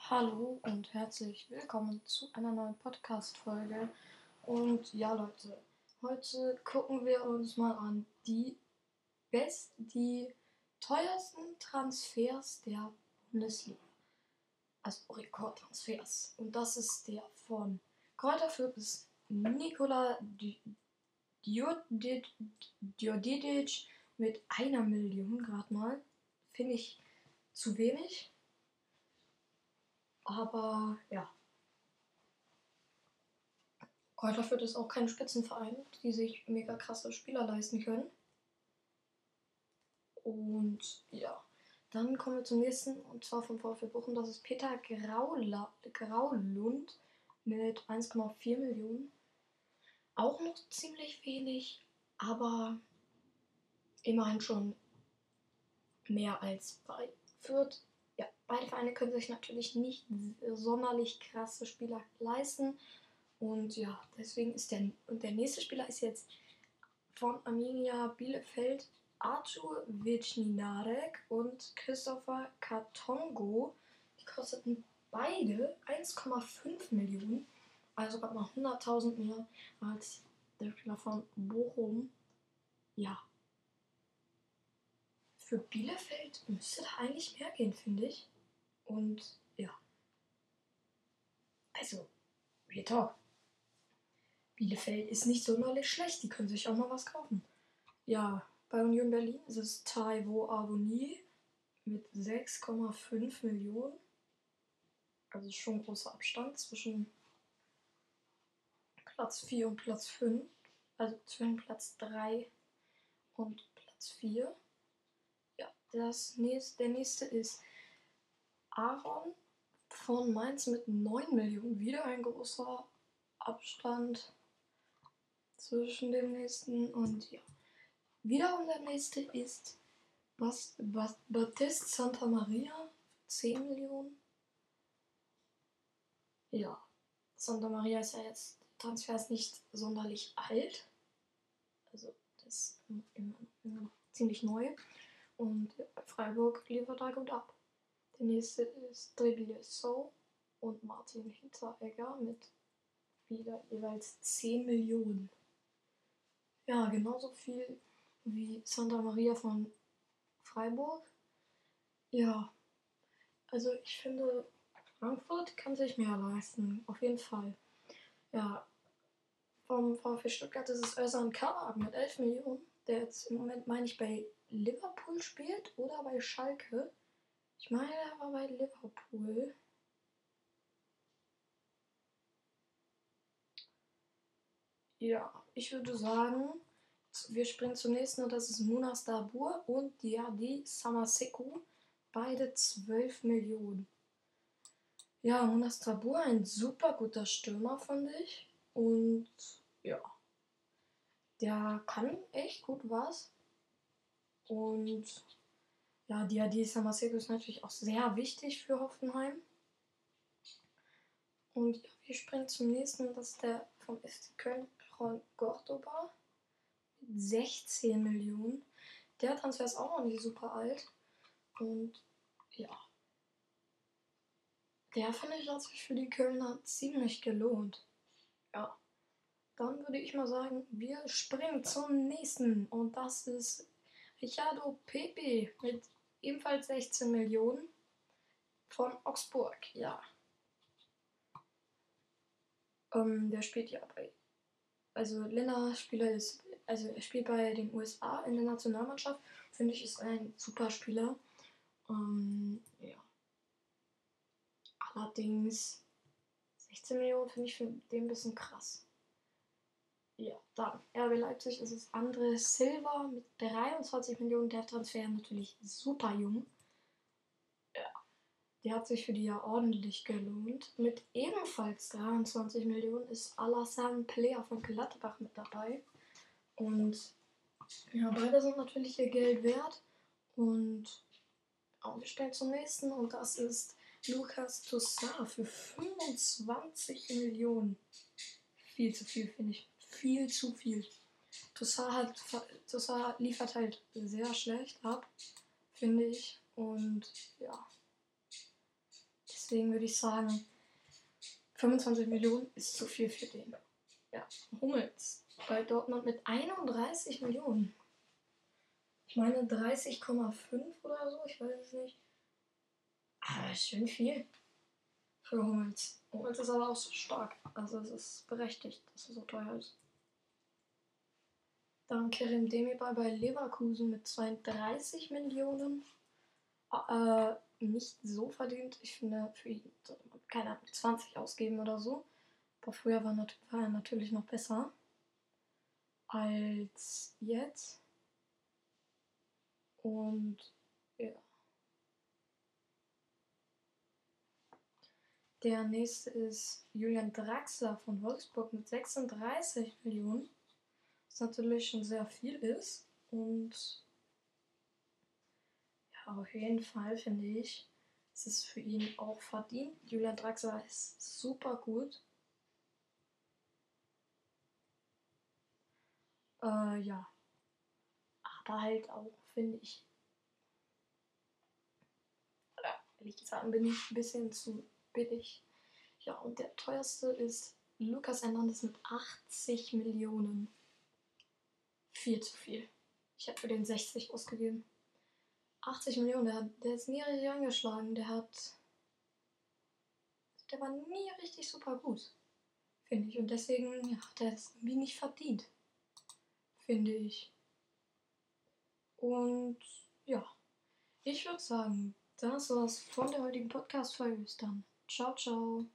Hallo und herzlich willkommen zu einer neuen Podcast-Folge. Und ja, Leute, heute gucken wir uns mal an die teuersten Transfers der Bundesliga. Also Rekordtransfers. Und das ist der von Kräuter Fürth bis Nikola Djordjic mit 1 Million gerade mal. Finde ich zu wenig. Aber ja. Kräuter Fürth ist auch kein Spitzenverein, die sich mega krasse Spieler leisten können. Und ja, dann kommen wir zum nächsten, und zwar vom VfL Bochum. Das ist Peter Graulund mit 1,4 Millionen. Auch noch ziemlich wenig, aber immerhin schon mehr als bei Fürth. Ja, beide Vereine können sich natürlich nicht sonderlich krasse Spieler leisten. Und ja, deswegen ist der nächste Spieler ist jetzt von Arminia Bielefeld Artur Vecninarek und Christopher Katongo. Die kosteten beide 1,5 Millionen. Also gerade mal 100.000 mehr als der Spieler von Bochum. Ja. Für Bielefeld müsste da eigentlich mehr gehen, finde ich. Und ja. Also, Real Talk. Bielefeld ist nicht sonderlich schlecht. Die können sich auch mal was kaufen. Ja, bei Union Berlin ist es Taiwo Avoni mit 6,5 Millionen. Also schon ein großer Abstand zwischen Platz 4 und Platz 5. Also zwischen Platz 3 und Platz 4. Ja, der nächste ist Aaron von Mainz mit 9 Millionen. Wieder ein großer Abstand zwischen dem nächsten. Und ja, wiederum der nächste ist Baptiste Santa Maria, 10 Millionen. Ja, Santa Maria ist ja jetzt, Transfer ist nicht sonderlich alt. Also das ist immer noch ziemlich neu. Und Freiburg liefert da gut ab. Der nächste ist Dribble So und Martin Hinteregger mit wieder jeweils 10 Millionen. Ja, genauso viel wie Santa Maria von Freiburg. Ja, also ich finde, Frankfurt kann sich mehr leisten, auf jeden Fall. Ja, vom VfB Stuttgart ist es Özcan Kabak mit 11 Millionen, der jetzt im Moment, meine ich, bei Liverpool spielt oder bei Schalke. Ich meine, er war bei Liverpool. Ja, ich würde sagen, wir springen zum nächsten, und das ist Munas Dabur und Diadi Samaseku. Beide 12 Millionen. Ja, Munas Dabur, ein super guter Stürmer, fand ich. Und ja, der kann echt gut was. Und ja, Diadi Samaseku ist natürlich auch sehr wichtig für Hoffenheim. Und ja, wir springen zum nächsten, das ist der vom FC Köln, Ron Cordoba. 16 Millionen. Der Transfer ist auch noch nicht super alt. Und ja, der finde ich hat sich für die Kölner ziemlich gelohnt. Ja, dann würde ich mal sagen, wir springen zum nächsten. Und das ist Ricardo Pepe mit ebenfalls 16 Millionen von Augsburg. Ja. Der spielt ja bei. Also Länderspieler ist. Also er spielt bei den USA in der Nationalmannschaft. Finde ich, ist ein super Spieler. Ja. Allerdings 16 Millionen finde ich für den ein bisschen krass. Ja, dann RB Leipzig ist es André Silva mit 23 Millionen. Der Transfer natürlich super jung. Ja, der hat sich für die ja ordentlich gelohnt. Mit ebenfalls 23 Millionen ist Alassane Player von Gladbach mit dabei. Und ja, beide sind natürlich ihr Geld wert. Und wir stellen zum nächsten, und das ist Lucas Toussaint für 25 Millionen. Viel zu viel, finde ich. Viel zu viel. Toussaint liefert halt sehr schlecht ab, finde ich. Und ja, Deswegen würde ich sagen, 25 Millionen ist zu viel für den. Ja, Hummels bei Dortmund mit 31 Millionen. Ich meine 30,5 oder so, ich weiß es nicht. Aber schön viel für Hummels. Hummels ist aber auch so stark. Also es ist berechtigt, dass er so teuer ist. Dann Kerem Demirbay bei Leverkusen mit 32 Millionen. Nicht so verdient. Ich finde, für ihn sollte man keine Ahnung, 20 ausgeben oder so. Aber früher war er natürlich noch besser als jetzt. Und ja. Der nächste ist Julian Draxler von Wolfsburg mit 36 Millionen. Was natürlich schon sehr viel ist. Und ja, auf jeden Fall finde ich, es ist für ihn auch verdient. Julian Draxler ist super gut. Ja. Aber halt auch, finde ich, ehrlich gesagt, bin ich ein bisschen zu billig. Ja, und der teuerste ist Lucas Hernandez mit 80 Millionen. Viel zu viel. Ich habe für den 60 ausgegeben. 80 Millionen, der ist nie richtig angeschlagen. Der war nie richtig super gut, finde ich. Und deswegen hat er es irgendwie nicht verdient, finde ich. Und ja, ich würde sagen, das war's von der heutigen Podcast-Folge. Bis dann. Ciao, ciao.